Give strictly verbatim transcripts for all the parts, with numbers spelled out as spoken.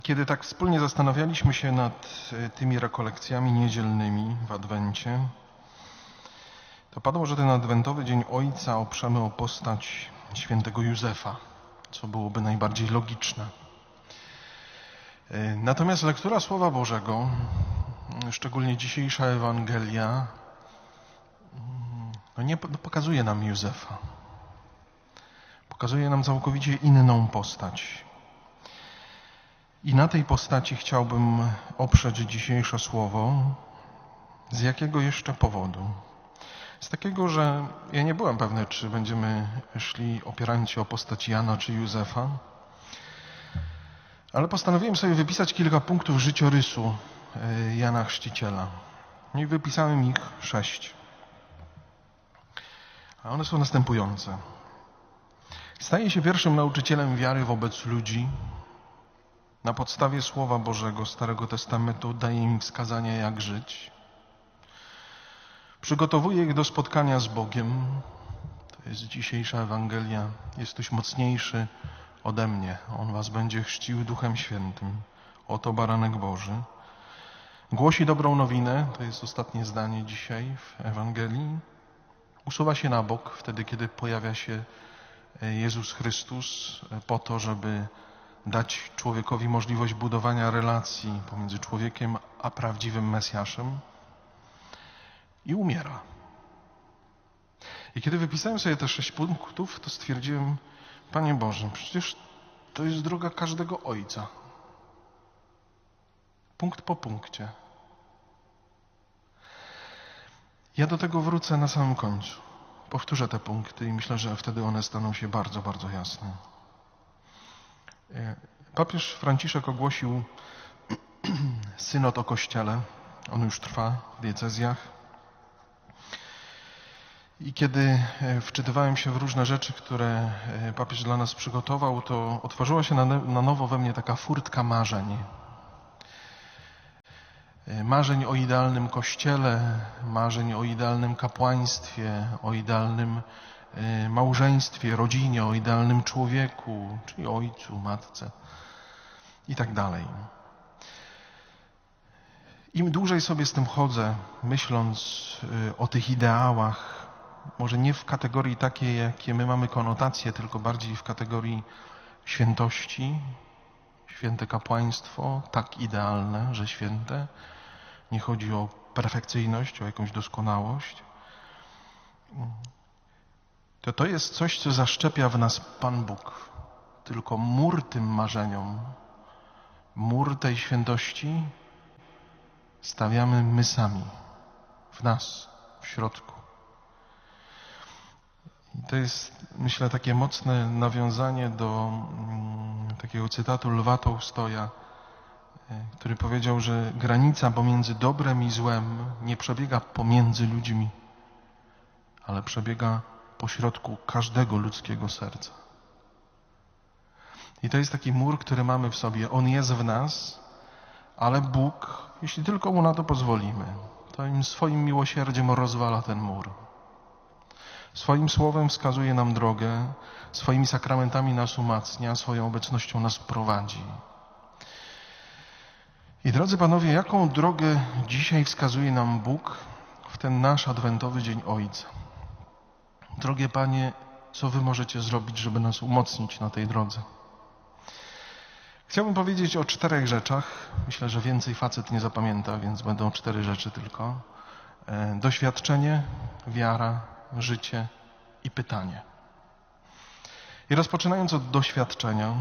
Kiedy tak wspólnie zastanawialiśmy się nad tymi rekolekcjami niedzielnymi w Adwencie, to padło, że ten adwentowy Dzień Ojca oprzemy o postać świętego Józefa, co byłoby najbardziej logiczne. Natomiast lektura Słowa Bożego, szczególnie dzisiejsza Ewangelia, no nie no pokazuje nam Józefa. Pokazuje nam całkowicie inną postać. I na tej postaci chciałbym oprzeć dzisiejsze słowo. Z jakiego jeszcze powodu? Z takiego, że ja nie byłem pewny, czy będziemy szli opierając się o postać Jana czy Józefa, ale postanowiłem sobie wypisać kilka punktów życiorysu Jana Chrzciciela. I wypisałem ich sześć. A one są następujące. Staje się pierwszym nauczycielem wiary wobec ludzi. Na podstawie Słowa Bożego Starego Testamentu daje im wskazania, jak żyć. Przygotowuje ich do spotkania z Bogiem. To jest dzisiejsza Ewangelia. Jesteś mocniejszy ode mnie. On was będzie chrzcił Duchem Świętym. Oto baranek Boży. Głosi dobrą nowinę. To jest ostatnie zdanie dzisiaj w Ewangelii. Usuwa się na bok wtedy, kiedy pojawia się Jezus Chrystus po to, żeby dać człowiekowi możliwość budowania relacji pomiędzy człowiekiem a prawdziwym Mesjaszem, i umiera. I kiedy wypisałem sobie te sześć punktów, to stwierdziłem, Panie Boże, przecież to jest droga każdego ojca. Punkt po punkcie. Ja do tego wrócę na samym końcu. Powtórzę te punkty i myślę, że wtedy one staną się bardzo, bardzo jasne. Papież Franciszek ogłosił synod o Kościele. On już trwa w diecezjach. I kiedy wczytywałem się w różne rzeczy, które papież dla nas przygotował, to otworzyła się na, na nowo we mnie taka furtka marzeń. Marzeń o idealnym Kościele, marzeń o idealnym kapłaństwie, o idealnym małżeństwie, rodzinie, o idealnym człowieku, czyli ojcu, matce i tak dalej. Im dłużej sobie z tym chodzę, myśląc o tych ideałach, może nie w kategorii takiej, jakie my mamy konotacje, tylko bardziej w kategorii świętości, święte kapłaństwo, tak idealne, że święte. Nie chodzi o perfekcyjność, o jakąś doskonałość. To to jest coś, co zaszczepia w nas Pan Bóg. Tylko mur tym marzeniom, mur tej świętości stawiamy my sami, w nas, w środku. I to jest, myślę, takie mocne nawiązanie do mm, takiego cytatu Lwa Tołstoja, który powiedział, że granica pomiędzy dobrem i złem nie przebiega pomiędzy ludźmi, ale przebiega pośrodku każdego ludzkiego serca. I to jest taki mur, który mamy w sobie. On jest w nas, ale Bóg, jeśli tylko Mu na to pozwolimy, to im swoim miłosierdziem rozwala ten mur. Swoim słowem wskazuje nam drogę, swoimi sakramentami nas umacnia, swoją obecnością nas prowadzi. I drodzy panowie, jaką drogę dzisiaj wskazuje nam Bóg w ten nasz adwentowy Dzień Ojca? Drogie Panie, co Wy możecie zrobić, żeby nas umocnić na tej drodze? Chciałbym powiedzieć o czterech rzeczach. Myślę, że więcej facet nie zapamięta, więc będą cztery rzeczy tylko. Doświadczenie, wiara, życie i pytanie. I rozpoczynając od doświadczenia,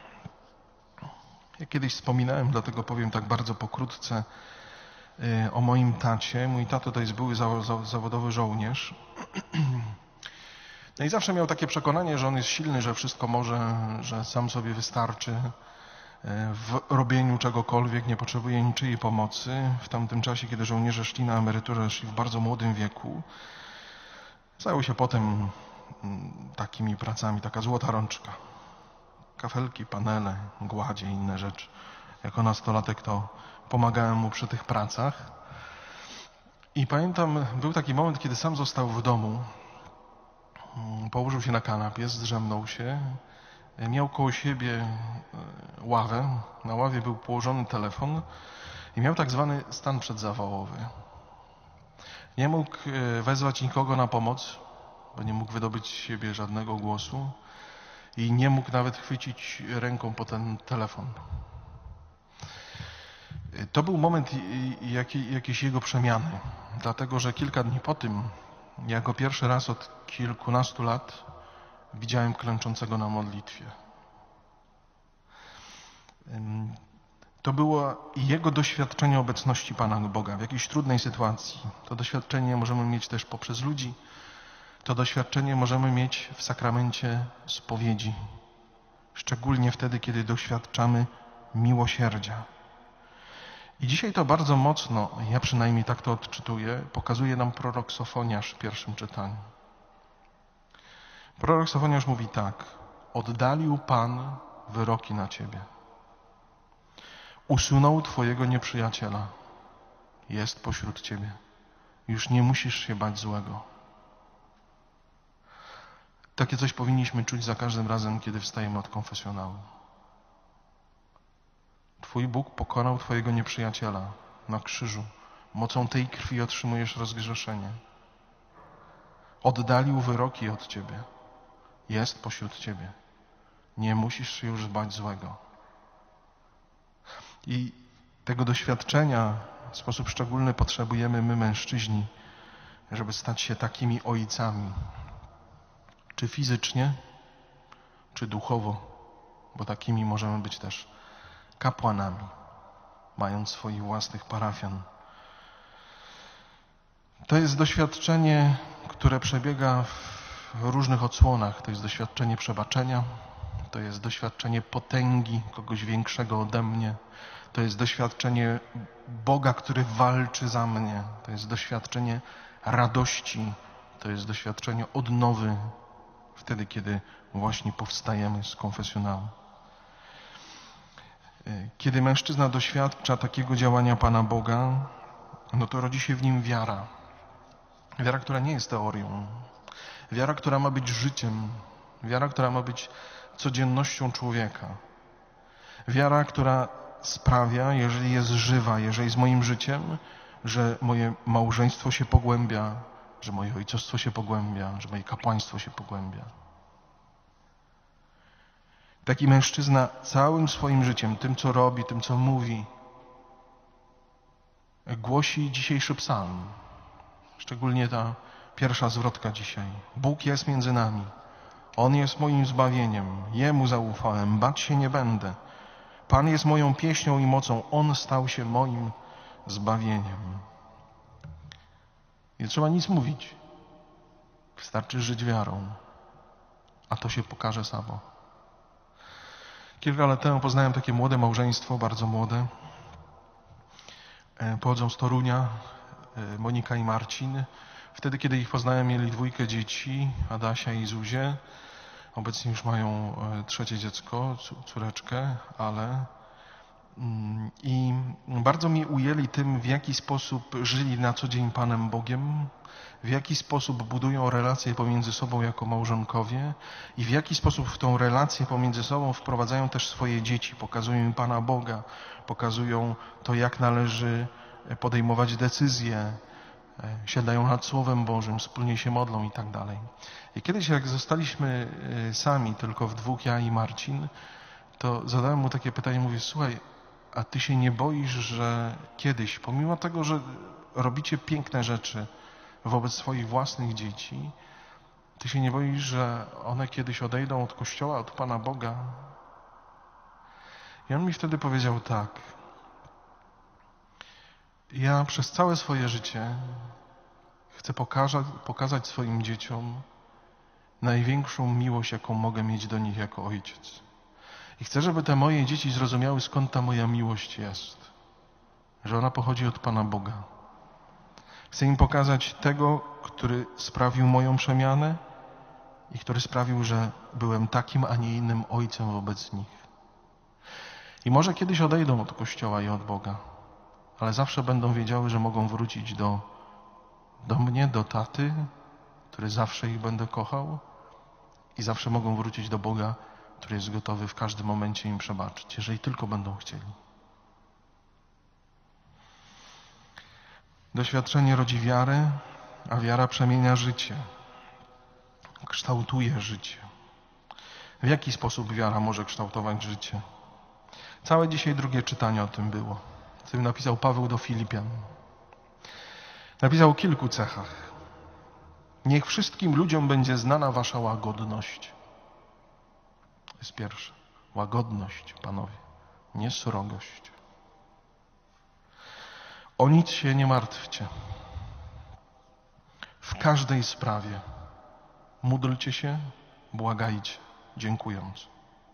ja kiedyś wspominałem, dlatego powiem tak bardzo pokrótce o moim tacie. Mój tato to jest były zawodowy żołnierz. No i zawsze miał takie przekonanie, że on jest silny, że wszystko może, że sam sobie wystarczy w robieniu czegokolwiek, nie potrzebuje niczyjej pomocy. W tamtym czasie, kiedy żołnierze szli na emeryturę, szli w bardzo młodym wieku. Zajął się potem takimi pracami, taka złota rączka. Kafelki, panele, gładzie i inne rzeczy. Jako nastolatek to pomagałem mu przy tych pracach. I pamiętam, był taki moment, kiedy sam został w domu. Położył się na kanapie, zdrzemnął się miał koło siebie ławę. Na ławie był położony telefon i miał tak zwany stan przedzawałowy. Nie mógł wezwać nikogo na pomoc, bo nie mógł wydobyć z siebie żadnego głosu i nie mógł nawet chwycić ręką po ten telefon. To był moment jakiejś jego przemiany, dlatego że kilka dni po tym, jako pierwszy raz od kilkunastu lat widziałem klęczącego na modlitwie. To było jego doświadczenie obecności Pana Boga w jakiejś trudnej sytuacji. To doświadczenie możemy mieć też poprzez ludzi. To doświadczenie możemy mieć w sakramencie spowiedzi. Szczególnie wtedy, kiedy doświadczamy miłosierdzia. I dzisiaj to bardzo mocno, ja przynajmniej tak to odczytuję, pokazuje nam prorok Sofoniasz w pierwszym czytaniu. Prorok Sofoniasz mówi tak: oddalił Pan wyroki na ciebie. Usunął twojego nieprzyjaciela. Jest pośród ciebie. Już nie musisz się bać złego. Takie coś powinniśmy czuć za każdym razem, kiedy wstajemy od konfesjonału. Twój Bóg pokonał twojego nieprzyjaciela na krzyżu. Mocą tej krwi otrzymujesz rozgrzeszenie. Oddalił wyroki od ciebie. Jest pośród ciebie. Nie musisz się już bać złego. I tego doświadczenia w sposób szczególny potrzebujemy my, mężczyźni, żeby stać się takimi ojcami. Czy fizycznie, czy duchowo, bo takimi możemy być też kapłanami, mając swoich własnych parafian. To jest doświadczenie, które przebiega w różnych odsłonach. To jest doświadczenie przebaczenia, to jest doświadczenie potęgi kogoś większego ode mnie, to jest doświadczenie Boga, który walczy za mnie, to jest doświadczenie radości, to jest doświadczenie odnowy wtedy, kiedy właśnie powstajemy z konfesjonału. Kiedy mężczyzna doświadcza takiego działania Pana Boga, no to rodzi się w nim wiara. Wiara, która nie jest teorią. Wiara, która ma być życiem. Wiara, która ma być codziennością człowieka. Wiara, która sprawia, jeżeli jest żywa, jeżeli jest moim życiem, że moje małżeństwo się pogłębia, że moje ojcostwo się pogłębia, że moje kapłaństwo się pogłębia. Taki mężczyzna całym swoim życiem, tym co robi, tym co mówi, głosi dzisiejszy psalm. Szczególnie ta pierwsza zwrotka dzisiaj. Bóg jest między nami. On jest moim zbawieniem. Jemu zaufałem. Bać się nie będę. Pan jest moją pieśnią i mocą. On stał się moim zbawieniem. Nie trzeba nic mówić. Wystarczy żyć wiarą. A to się pokaże samo. Kilka lat temu poznałem takie młode małżeństwo, bardzo młode. Pochodzą z Torunia, Monika i Marcin. Wtedy, kiedy ich poznałem, mieli dwójkę dzieci, Adasia i Zuzię. Obecnie już mają trzecie dziecko, córeczkę, ale... I bardzo mnie ujęli tym, w jaki sposób żyli na co dzień Panem Bogiem, w jaki sposób budują relacje pomiędzy sobą jako małżonkowie i w jaki sposób w tą relację pomiędzy sobą wprowadzają też swoje dzieci, pokazują im Pana Boga, pokazują to, jak należy podejmować decyzje, siadają nad Słowem Bożym, wspólnie się modlą i tak dalej. I kiedyś, jak zostaliśmy sami, tylko w dwóch, ja i Marcin, to zadałem mu takie pytanie, mówię: słuchaj, a ty się nie boisz, że kiedyś, pomimo tego, że robicie piękne rzeczy wobec swoich własnych dzieci, ty się nie boisz, że one kiedyś odejdą od Kościoła, od Pana Boga? I on mi wtedy powiedział tak: ja przez całe swoje życie chcę pokazać, pokazać swoim dzieciom największą miłość, jaką mogę mieć do nich jako ojciec. I chcę, żeby te moje dzieci zrozumiały, skąd ta moja miłość jest. Że ona pochodzi od Pana Boga. Chcę im pokazać tego, który sprawił moją przemianę i który sprawił, że byłem takim, a nie innym ojcem wobec nich. I może kiedyś odejdą od Kościoła i od Boga, ale zawsze będą wiedziały, że mogą wrócić do, do mnie, do taty, który zawsze ich będę kochał, i zawsze mogą wrócić do Boga, który jest gotowy w każdym momencie im przebaczyć, jeżeli tylko będą chcieli. Doświadczenie rodzi wiarę, a wiara przemienia życie, kształtuje życie. W jaki sposób wiara może kształtować życie? Całe dzisiaj drugie czytanie o tym było. O tym napisał Paweł do Filipian. Napisał o kilku cechach. Niech wszystkim ludziom będzie znana wasza łagodność. To jest pierwsze. Łagodność, panowie, nie srogość. O nic się nie martwcie. W każdej sprawie módlcie się, błagajcie, dziękując.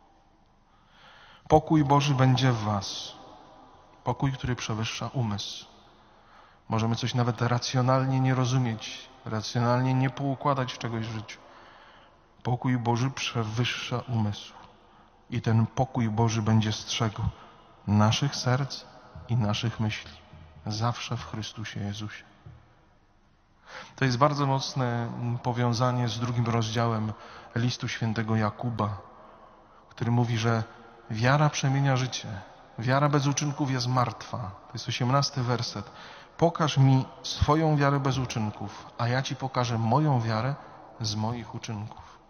Pokój Boży będzie w was. Pokój, który przewyższa umysł. Możemy coś nawet racjonalnie nie rozumieć, racjonalnie nie poukładać czegoś w życiu. Pokój Boży przewyższa umysł. I ten pokój Boży będzie strzegł naszych serc i naszych myśli. Zawsze w Chrystusie Jezusie. To jest bardzo mocne powiązanie z drugim rozdziałem listu świętego Jakuba, który mówi, że wiara przemienia życie. Wiara bez uczynków jest martwa. To jest osiemnasty werset. Pokaż mi swoją wiarę bez uczynków, a ja ci pokażę moją wiarę z moich uczynków.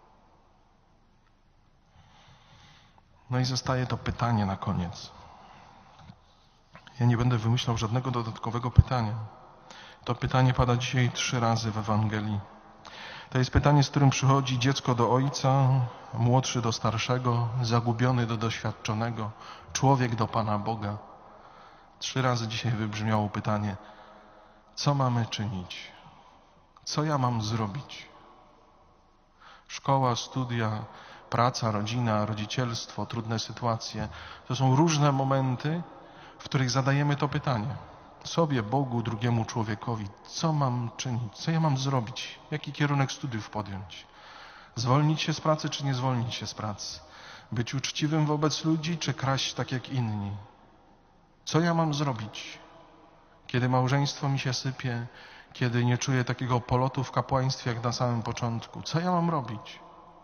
No i zostaje to pytanie na koniec. Ja nie będę wymyślał żadnego dodatkowego pytania. To pytanie pada dzisiaj trzy razy w Ewangelii. To jest pytanie, z którym przychodzi dziecko do ojca, młodszy do starszego, zagubiony do doświadczonego, człowiek do Pana Boga. Trzy razy dzisiaj wybrzmiało pytanie, co mamy czynić? Co ja mam zrobić? Szkoła, studia, praca, rodzina, rodzicielstwo, trudne sytuacje. To są różne momenty, w których zadajemy to pytanie. Sobie, Bogu, drugiemu człowiekowi. Co mam czynić? Co ja mam zrobić? Jaki kierunek studiów podjąć? Zwolnić się z pracy, czy nie zwolnić się z pracy? Być uczciwym wobec ludzi, czy kraść tak jak inni? Co ja mam zrobić? Kiedy małżeństwo mi się sypie, kiedy nie czuję takiego polotu w kapłaństwie jak na samym początku. Co ja mam robić?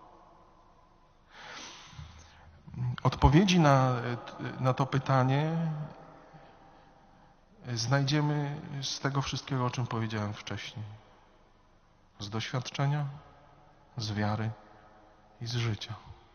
Odpowiedzi na, na to pytanie znajdziemy z tego wszystkiego, o czym powiedziałem wcześniej. Z doświadczenia, z wiary i z życia.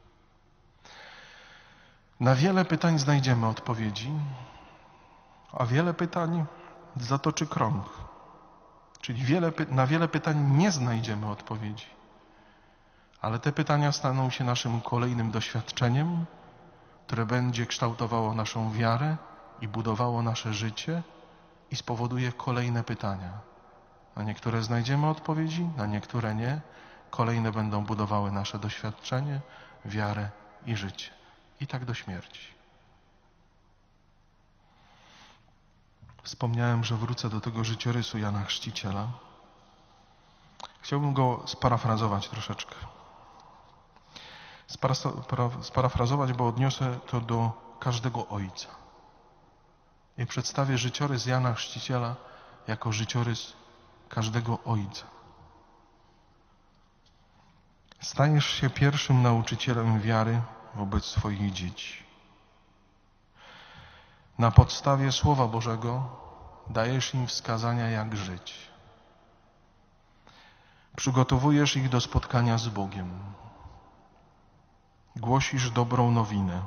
Na wiele pytań znajdziemy odpowiedzi, a wiele pytań zatoczy krąg. Czyli wiele, na wiele pytań nie znajdziemy odpowiedzi. Ale te pytania staną się naszym kolejnym doświadczeniem, które będzie kształtowało naszą wiarę i budowało nasze życie i spowoduje kolejne pytania. Na niektóre znajdziemy odpowiedzi, na niektóre nie. Kolejne będą budowały nasze doświadczenie, wiarę i życie. I tak do śmierci. Wspomniałem, że wrócę do tego życiorysu Jana Chrzciciela. Chciałbym go sparafrazować troszeczkę. Sparafrazować, bo odniosę to do każdego ojca. I przedstawię życiorys Jana Chrzciciela jako życiorys każdego ojca. Stajesz się pierwszym nauczycielem wiary wobec swoich dzieci. Na podstawie Słowa Bożego dajesz im wskazania, jak żyć. Przygotowujesz ich do spotkania z Bogiem. Głosisz dobrą nowinę.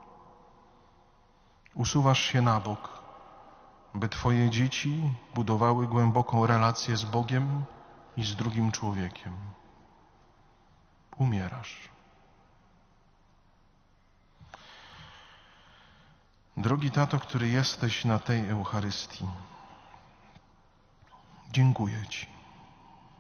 Usuwasz się na bok, by Twoje dzieci budowały głęboką relację z Bogiem i z drugim człowiekiem. Umierasz. Drogi tato, który jesteś na tej Eucharystii, dziękuję Ci.